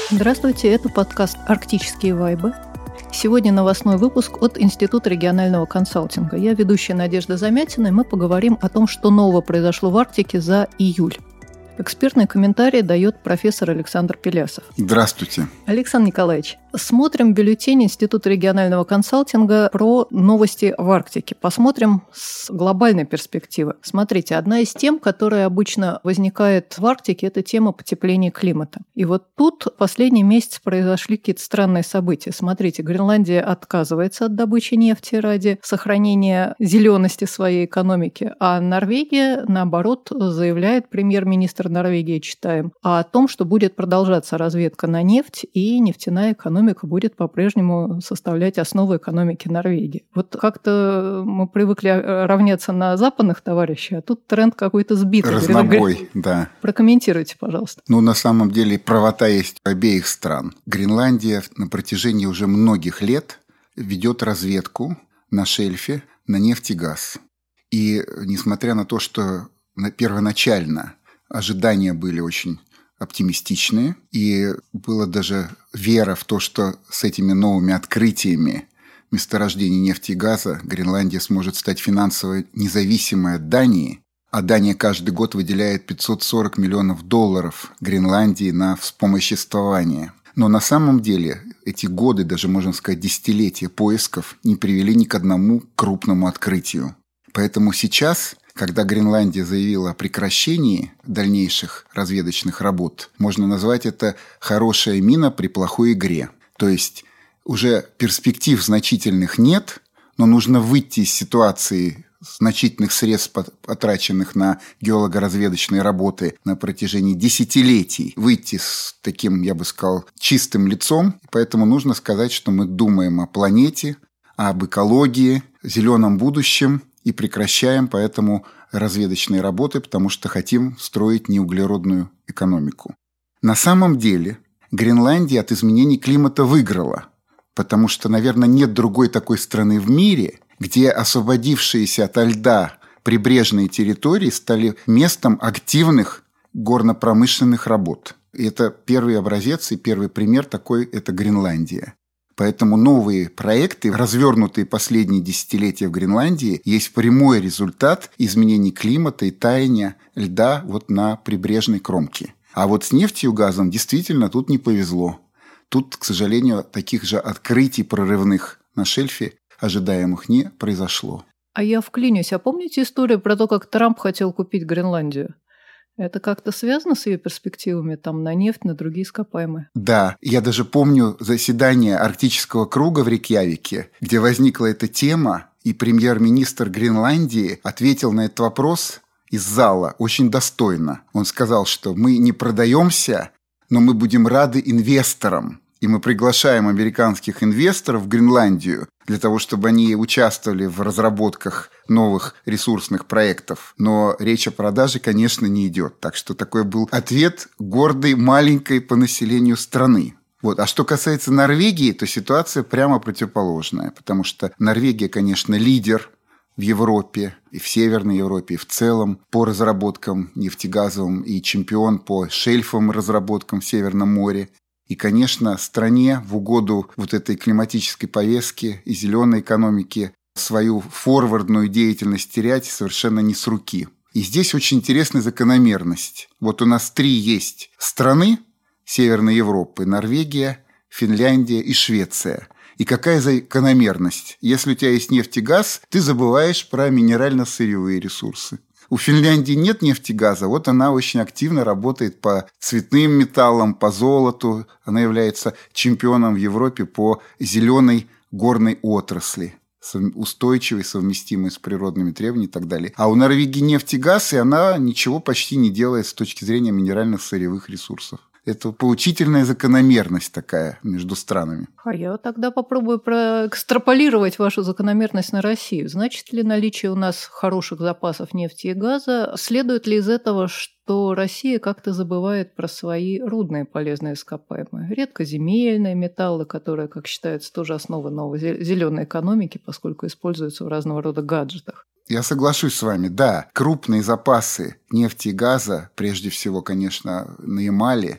Здравствуйте, это подкаст «Арктические вайбы». Сегодня новостной выпуск от Института регионального консалтинга. Я ведущая Надежда Замятина, и мы поговорим о том, что нового произошло в Арктике за июль. Экспертный комментарий дает профессор Александр Пелясов. Здравствуйте. Александр Николаевич, смотрим бюллетень Института регионального консалтинга про новости в Арктике. Посмотрим с глобальной перспективы. Смотрите, одна из тем, которая обычно возникает в Арктике, это тема потепления климата. И вот тут в последний месяц произошли какие-то странные события. Смотрите, Гренландия отказывается от добычи нефти ради сохранения зелености своей экономики, а Норвегия, наоборот, заявляет, премьер-министр Норвегии, читаем, о том, что будет продолжаться разведка на нефть, и нефтяная экономика будет по-прежнему составлять основу экономики Норвегии. Вот как-то мы привыкли равняться на западных товарищей, а тут тренд какой-то сбитый. Разнобой, да. Прокомментируйте, пожалуйста. На самом деле правота есть у обеих стран. Гренландия на протяжении уже многих лет ведет разведку на шельфе на нефть и газ. И несмотря на то, что первоначально ожидания были очень оптимистичные, и была даже вера в то, что с этими новыми открытиями месторождений нефти и газа Гренландия сможет стать финансово независимой от Дании, а Дания каждый год выделяет $540 миллионов Гренландии на вспомоществование. Но на самом деле эти годы, даже можно сказать десятилетия поисков, не привели ни к одному крупному открытию. Поэтому сейчас, когда Гренландия заявила о прекращении дальнейших разведочных работ, можно назвать это «хорошая мина при плохой игре». То есть уже перспектив значительных нет, но нужно выйти из ситуации значительных средств, потраченных на геолого-разведочные работы на протяжении десятилетий, выйти с таким, я бы сказал, чистым лицом. Поэтому нужно сказать, что мы думаем о планете, об экологии, зеленом будущем, и прекращаем поэтому разведочные работы, потому что хотим строить неуглеродную экономику. На самом деле Гренландия от изменений климата выиграла, потому что, наверное, нет другой такой страны в мире, где освободившиеся ото льда прибрежные территории стали местом активных горно-промышленных работ. И это первый образец и первый пример такой – это Гренландия. Поэтому новые проекты, развернутые последние десятилетия в Гренландии, есть прямой результат изменений климата и таяния льда на прибрежной кромке. А с нефтью и газом действительно тут не повезло. Тут, к сожалению, таких же открытий прорывных на шельфе ожидаемых не произошло. А я вклинюсь. А помните историю про то, как Трамп хотел купить Гренландию? Это как-то связано с ее перспективами на нефть, на другие ископаемые? Да, я даже помню заседание Арктического круга в Рейкьявике, где возникла эта тема, и премьер-министр Гренландии ответил на этот вопрос из зала очень достойно. Он сказал, что мы не продаемся, но мы будем рады инвесторам. И мы приглашаем американских инвесторов в Гренландию для того, чтобы они участвовали в разработках новых ресурсных проектов. Но речь о продаже, конечно, не идет. Так что такой был ответ гордой, маленькой по населению страны. А что касается Норвегии, то ситуация прямо противоположная. Потому что Норвегия, конечно, лидер в Европе, и в Северной Европе, и в целом по разработкам нефтегазовым, и чемпион по шельфовым разработкам в Северном море. И, конечно, стране в угоду этой климатической повестке и зеленой экономике свою форвардную деятельность терять совершенно не с руки. И здесь очень интересная закономерность. У нас 3 есть страны Северной Европы: Норвегия, Финляндия и Швеция. И какая закономерность? Если у тебя есть нефть и газ, ты забываешь про минерально-сырьевые ресурсы. У Финляндии нет нефти и газа, она очень активно работает по цветным металлам, по золоту. Она является чемпионом в Европе по зеленой горной отрасли, устойчивой, совместимой с природными требованиями и так далее. А у Норвегии нефть и газ, и она ничего почти не делает с точки зрения минерально-сырьевых ресурсов. Это поучительная закономерность такая между странами. А я тогда попробую проэкстраполировать вашу закономерность на Россию. Значит ли наличие у нас хороших запасов нефти и газа, следует ли из этого, что Россия как-то забывает про свои рудные полезные ископаемые? Редкоземельные металлы, которые, как считается, тоже основа новой зеленой экономики, поскольку используются в разного рода гаджетах. Я соглашусь с вами, да. Крупные запасы нефти и газа, прежде всего, конечно, на Ямале,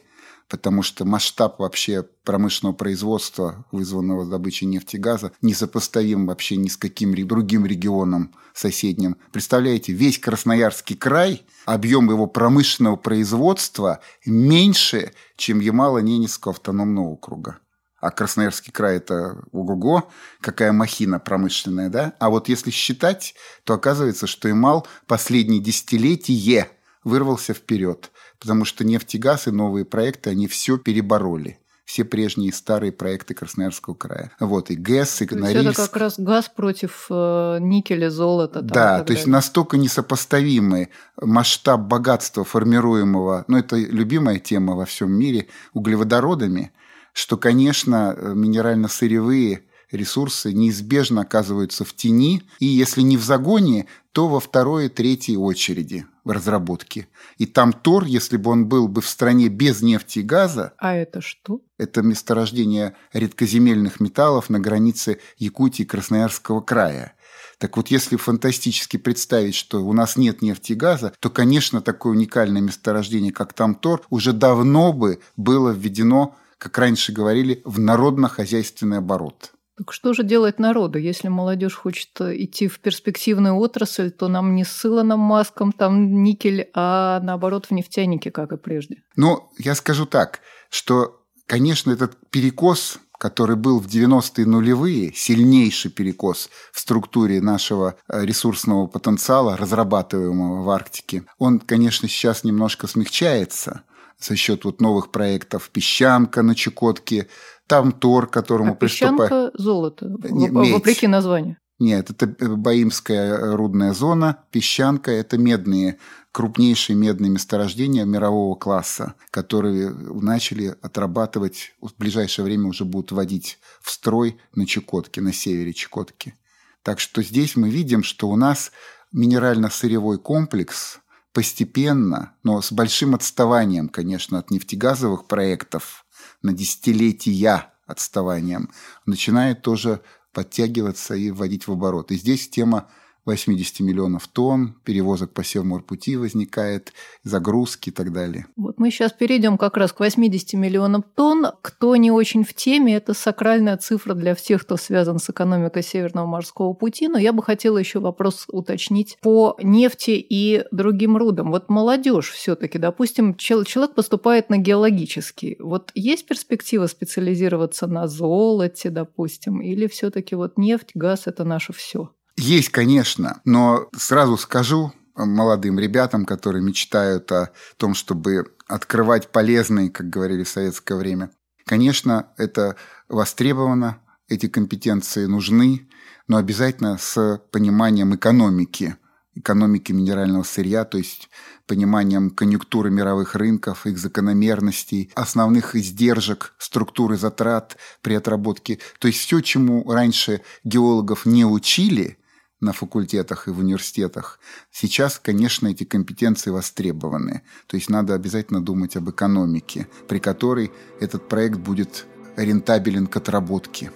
потому что масштаб вообще промышленного производства, вызванного добычей нефти и газа, несопоставим вообще ни с каким другим регионом соседним. Представляете, весь Красноярский край, объем его промышленного производства меньше, чем Ямало-Ненецкого автономного округа. А Красноярский край – это ого-го, какая махина промышленная, да? А вот если считать, то оказывается, что Ямал последние десятилетия вырвался вперед, потому что нефть и газ и новые проекты, они все перебороли. Все прежние старые проекты Красноярского края. Вот, и ГЭС, и Норильск. Это как раз газ против никеля, золота. Да, то есть настолько несопоставимый масштаб богатства, формируемого, это любимая тема во всем мире, углеводородами, что, конечно, минерально-сырьевые ресурсы неизбежно оказываются в тени, и если не в загоне, то во второй и третьей очереди в разработке. И там Тор, если бы он был бы в стране без нефти и газа... А это что? Это месторождение редкоземельных металлов на границе Якутии и Красноярского края. Так вот, если фантастически представить, что у нас нет нефти и газа, то, конечно, такое уникальное месторождение, как там Тор, уже давно бы было введено, как раньше говорили, в народно-хозяйственный оборот. Так что же делать народу? Если молодежь хочет идти в перспективную отрасль, то нам не с Илоном Маском там никель, а наоборот в нефтяники, как и прежде. Я скажу так, что, конечно, этот перекос, который был в 90-е нулевые, сильнейший перекос в структуре нашего ресурсного потенциала, разрабатываемого в Арктике, он, конечно, сейчас немножко смягчается за счет новых проектов «Песчанка» на Чукотке, там Тор, к которому приступает... Песчанка – золото, вопреки названию. Нет, это Баимская рудная зона, Песчанка – это крупнейшие медные месторождения мирового класса, которые начали отрабатывать, в ближайшее время уже будут вводить в строй на Чукотке, на севере Чукотки. Так что здесь мы видим, что у нас минерально-сырьевой комплекс постепенно, но с большим отставанием, конечно, от нефтегазовых проектов, на десятилетия отставанием, начинает тоже подтягиваться и вводить в оборот. И здесь тема 80 миллионов тонн, перевозок по Севморпути возникает, загрузки и так далее. Вот мы сейчас перейдем как раз к 80 миллионам тонн. Кто не очень в теме, это сакральная цифра для всех, кто связан с экономикой Северного морского пути. Но я бы хотела еще вопрос уточнить по нефти и другим рудам. Вот молодежь все-таки, допустим, человек поступает на геологический. Вот есть перспектива специализироваться на золоте, допустим, или все-таки нефть, газ – это наше все? Есть, конечно, но сразу скажу молодым ребятам, которые мечтают о том, чтобы открывать полезные, как говорили в советское время. Конечно, это востребовано, эти компетенции нужны, но обязательно с пониманием экономики минерального сырья, то есть пониманием конъюнктуры мировых рынков, их закономерностей, основных издержек, структуры затрат при отработке. То есть все, чему раньше геологов не учили на факультетах и в университетах, сейчас, конечно, эти компетенции востребованы. То есть надо обязательно думать об экономике, при которой этот проект будет рентабелен к отработке.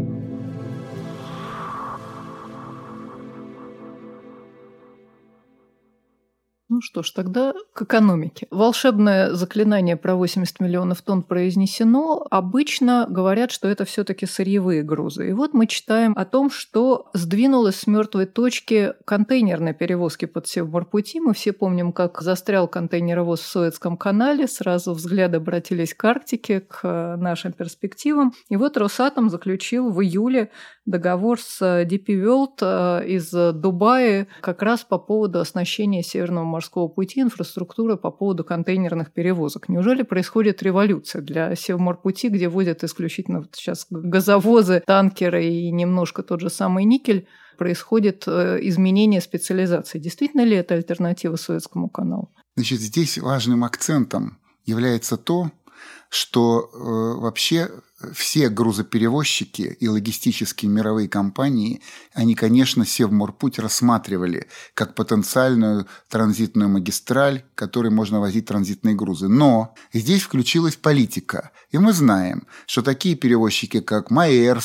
Ну что ж, тогда к экономике. Волшебное заклинание про 80 миллионов тонн произнесено. Обычно говорят, что это все-таки сырьевые грузы. И вот мы читаем о том, что сдвинулась с мертвой точки контейнерной перевозки под Севморпути. Мы все помним, как застрял контейнеровоз в Суэцком канале. Сразу взгляды обратились к Арктике, к нашим перспективам. И вот Росатом заключил в июле договор с DP World из Дубая как раз по поводу оснащения Северного морского пути, инфраструктуры по поводу контейнерных перевозок. Неужели происходит революция для Севморпути, где возят исключительно сейчас газовозы, танкеры и немножко тот же самый никель? Происходит изменение специализации. Действительно ли это альтернатива Суэцкому каналу? Значит, здесь важным акцентом является то, что вообще все грузоперевозчики и логистические мировые компании, они, конечно, Севморпуть рассматривали как потенциальную транзитную магистраль, которой можно возить транзитные грузы. Но здесь включилась политика. И мы знаем, что такие перевозчики, как Маэрск,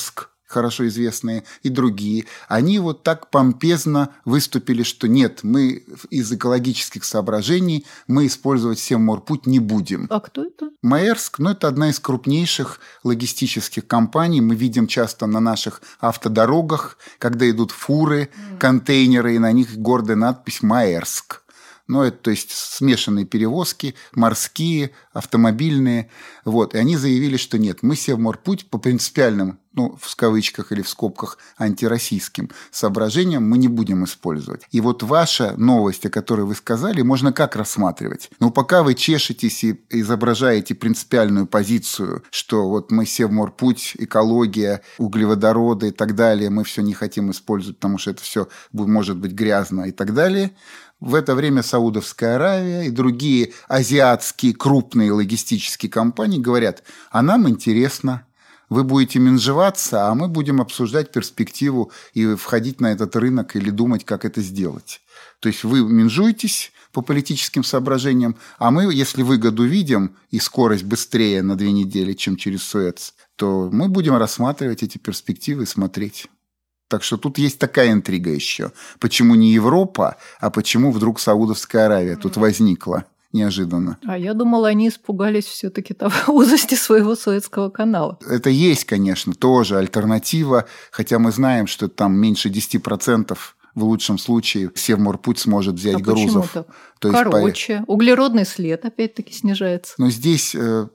хорошо известные, и другие, они вот так помпезно выступили, что нет, мы из экологических соображений мы использовать Севморпуть не будем. А кто это? Маэрск, это одна из крупнейших логистических компаний. Мы видим часто на наших автодорогах, когда идут фуры, контейнеры, и на них гордая надпись «Маэрск». Это, то есть, смешанные перевозки, морские, автомобильные. И они заявили, что нет, мы Севморпуть по принципиальным, в кавычках или в скобках, антироссийским соображениям мы не будем использовать. И ваша новость, о которой вы сказали, можно как рассматривать? Пока вы чешетесь и изображаете принципиальную позицию, что мы Севморпуть, экология, углеводороды и так далее, мы все не хотим использовать, потому что это все может быть грязно и так далее. В это время Саудовская Аравия и другие азиатские крупные логистические компании говорят, а нам интересно, вы будете менжеваться, а мы будем обсуждать перспективу и входить на этот рынок или думать, как это сделать. То есть вы менжуетесь по политическим соображениям, а мы, если выгоду видим и скорость быстрее на 2 недели, чем через Суэц, то мы будем рассматривать эти перспективы и смотреть. Так что тут есть такая интрига еще. Почему не Европа, а почему вдруг Саудовская Аравия тут возникла неожиданно? А я думала, они испугались все-таки узости своего Суэцкого канала. Это есть, конечно, тоже альтернатива, хотя мы знаем, что там меньше 10% в лучшем случае Севморпуть сможет взять грузов. Почему так? Короче, углеродный след опять-таки снижается. Но здесь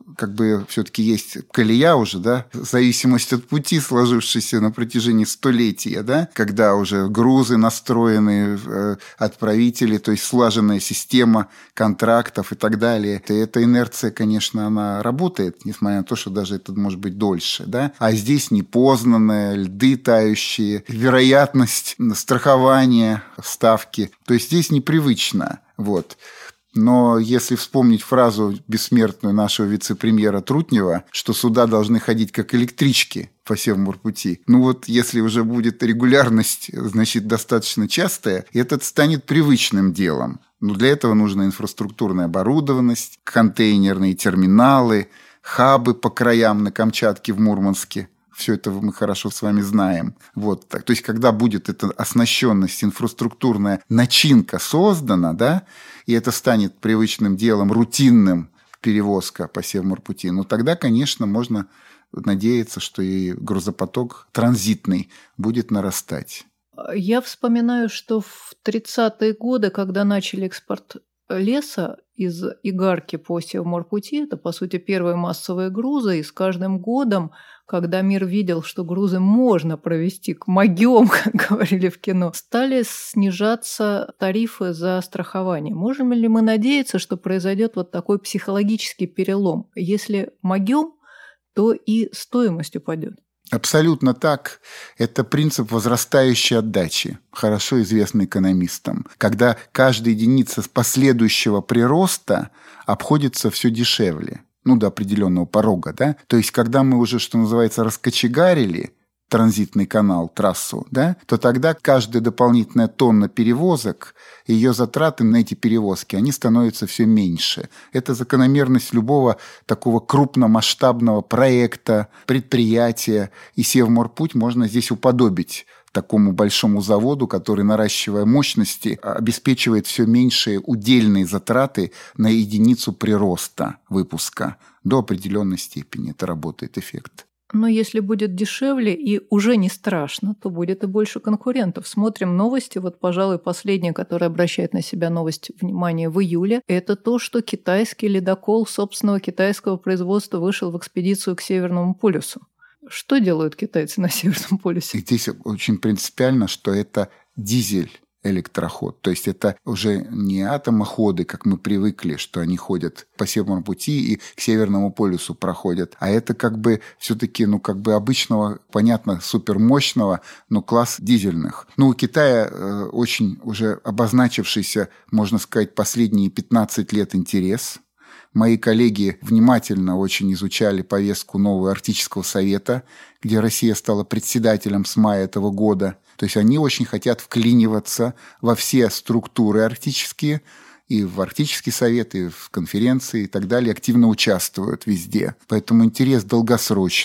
все-таки есть колея уже, зависимость от пути, сложившейся на протяжении столетия, когда уже грузы настроены, отправители, то есть слаженная система контрактов и так далее. И эта инерция, конечно, она работает, несмотря на то, что даже это может быть дольше. А здесь непознанное, льды тающие, вероятность страхования, ставки. То есть здесь непривычно. Но если вспомнить фразу бессмертную нашего вице-премьера Трутнева, что суда должны ходить как электрички по Севморпути, если уже будет регулярность, значит, достаточно частая, это станет привычным делом. Но для этого нужна инфраструктурная оборудованность, контейнерные терминалы, хабы по краям на Камчатке, в Мурманске. Все это мы хорошо с вами знаем. То есть, когда будет эта оснащенность, инфраструктурная начинка создана, и это станет привычным делом, рутинным перевозка по Севморпути, тогда, конечно, можно надеяться, что и грузопоток транзитный будет нарастать. Я вспоминаю, что в 30-е годы, когда начали экспорт леса из Игарки по Севморпути, это, по сути, первые массовые грузы, и с каждым годом, когда мир видел, что грузы можно провести к могилам, как говорили в кино, стали снижаться тарифы за страхование. Можем ли мы надеяться, что произойдет такой психологический перелом? Если могил, то и стоимость упадет. Абсолютно так. Это принцип возрастающей отдачи, хорошо известный экономистам, когда каждая единица последующего прироста обходится все дешевле, до определенного порога, То есть, когда мы уже, что называется, раскочегарили транзитный канал, трассу, то тогда каждая дополнительная тонна перевозок, ее затраты на эти перевозки, они становятся все меньше. Это закономерность любого такого крупномасштабного проекта, предприятия. И Севморпуть можно здесь уподобить такому большому заводу, который, наращивая мощности, обеспечивает все меньшие удельные затраты на единицу прироста выпуска. До определенной степени это работает эффект. Но если будет дешевле и уже не страшно, то будет и больше конкурентов. Смотрим новости. Пожалуй, последняя, которая обращает на себя новость внимания в июле, это то, что китайский ледокол собственного китайского производства вышел в экспедицию к Северному полюсу. Что делают китайцы на Северном полюсе? И здесь очень принципиально, что это дизель-электроход. То есть это уже не атомоходы, как мы привыкли, что они ходят по Севморпути и к Северному полюсу проходят. А это все-таки обычного, понятно, супермощного, но класс дизельных. У Китая очень уже обозначившийся, можно сказать, последние 15 лет интерес. Мои коллеги внимательно очень изучали повестку нового Арктического совета, где Россия стала председателем с мая этого года. То есть они очень хотят вклиниваться во все структуры арктические, и в Арктический совет, и в конференции и так далее, активно участвуют везде. Поэтому интерес долгосрочный.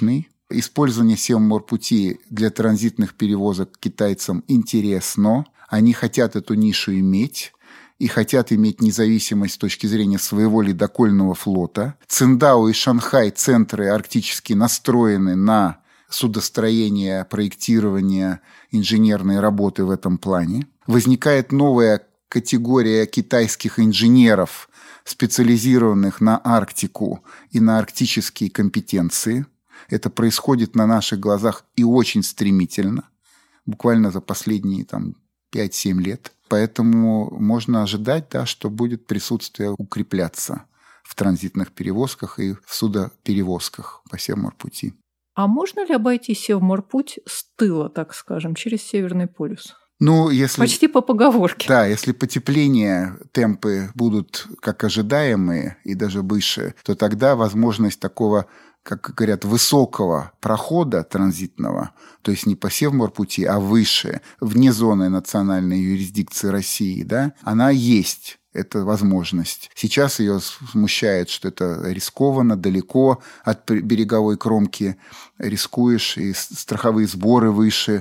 Использование Севморпути для транзитных перевозок китайцам интересно. Они хотят эту нишу иметь и хотят иметь независимость с точки зрения своего ледокольного флота. Циндао и Шанхай, центры арктические, настроены на судостроение, проектирование, инженерные работы в этом плане. Возникает новая категория китайских инженеров, специализированных на Арктику и на арктические компетенции. Это происходит на наших глазах и очень стремительно, буквально за последние 5-7 лет. Поэтому можно ожидать, что будет присутствие укрепляться в транзитных перевозках и в судоперевозках по Севморпути. А можно ли обойти Севморпуть с тыла, так скажем, через Северный полюс? Если... Почти по поговорке. Да, если потепление, темпы будут как ожидаемые и даже выше, то тогда возможность такого, как говорят, высокого прохода транзитного, то есть не по Севморпути, а выше, вне зоны национальной юрисдикции России, она есть. Это возможность. Сейчас ее смущает, что это рискованно, далеко от береговой кромки рискуешь, и страховые сборы выше.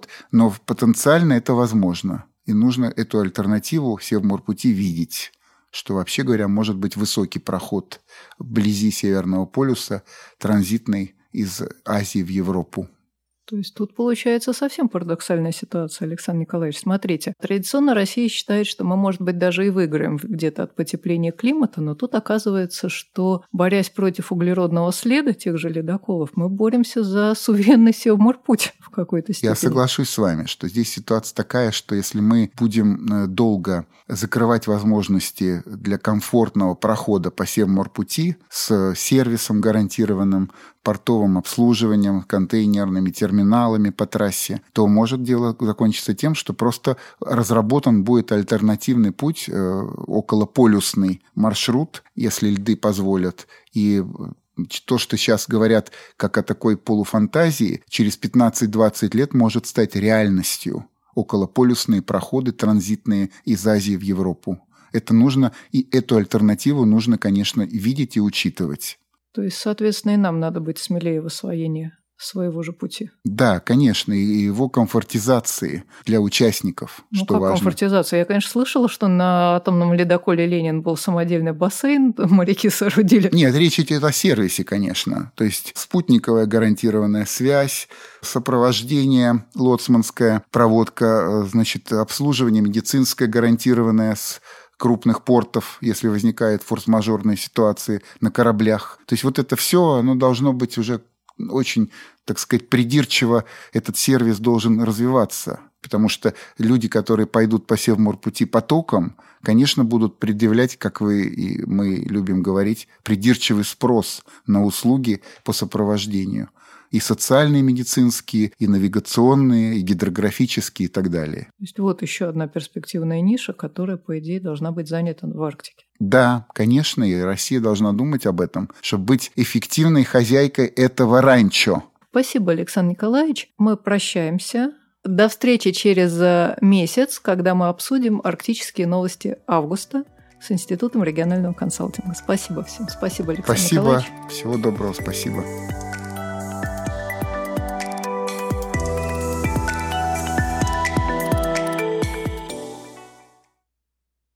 Но потенциально это возможно. И нужно эту альтернативу Севморпути видеть, что, вообще говоря, может быть высокий проход вблизи Северного полюса, транзитный из Азии в Европу. То есть тут получается совсем парадоксальная ситуация, Александр Николаевич. Смотрите, традиционно Россия считает, что мы, может быть, даже и выиграем где-то от потепления климата, но тут оказывается, что, борясь против углеродного следа тех же ледоколов, мы боремся за суверенный Севморпуть в какой-то степени. Я соглашусь с вами, что здесь ситуация такая, что если мы будем долго закрывать возможности для комфортного прохода по Севморпути с сервисом гарантированным, портовым обслуживанием, контейнерными терминалами по трассе, то может дело закончиться тем, что просто разработан будет альтернативный путь, околополюсный маршрут, если льды позволят. И то, что сейчас говорят как о такой полуфантазии, через 15-20 лет может стать реальностью. Околополюсные проходы транзитные из Азии в Европу. Это нужно, и эту альтернативу нужно, конечно, видеть и учитывать. То есть, соответственно, и нам надо быть смелее в освоении своего же пути. Да, конечно, и его комфортизации для участников, что как важно. Комфортизация? Я, конечно, слышала, что на атомном ледоколе «Ленин» был самодельный бассейн, моряки соорудили. Нет, речь идет о сервисе, конечно. То есть спутниковая гарантированная связь, сопровождение лоцманская, проводка, обслуживание медицинское гарантированное с крупных портов, если возникает форс-мажорные ситуации на кораблях. То есть это все, оно должно быть уже очень, так сказать, придирчиво, этот сервис должен развиваться. Потому что люди, которые пойдут по Севморпути потоком, конечно, будут предъявлять, как вы и мы любим говорить, придирчивый спрос на услуги по сопровождению. И социальные, медицинские, и навигационные, и гидрографические, и так далее. То есть еще одна перспективная ниша, которая, по идее, должна быть занята в Арктике. Да, конечно, и Россия должна думать об этом, чтобы быть эффективной хозяйкой этого ранчо. Спасибо, Александр Николаевич. Мы прощаемся. До встречи через месяц, когда мы обсудим арктические новости августа с Институтом регионального консалтинга. Спасибо всем. Спасибо, Александр Николаевич. Спасибо. Всего доброго. Спасибо.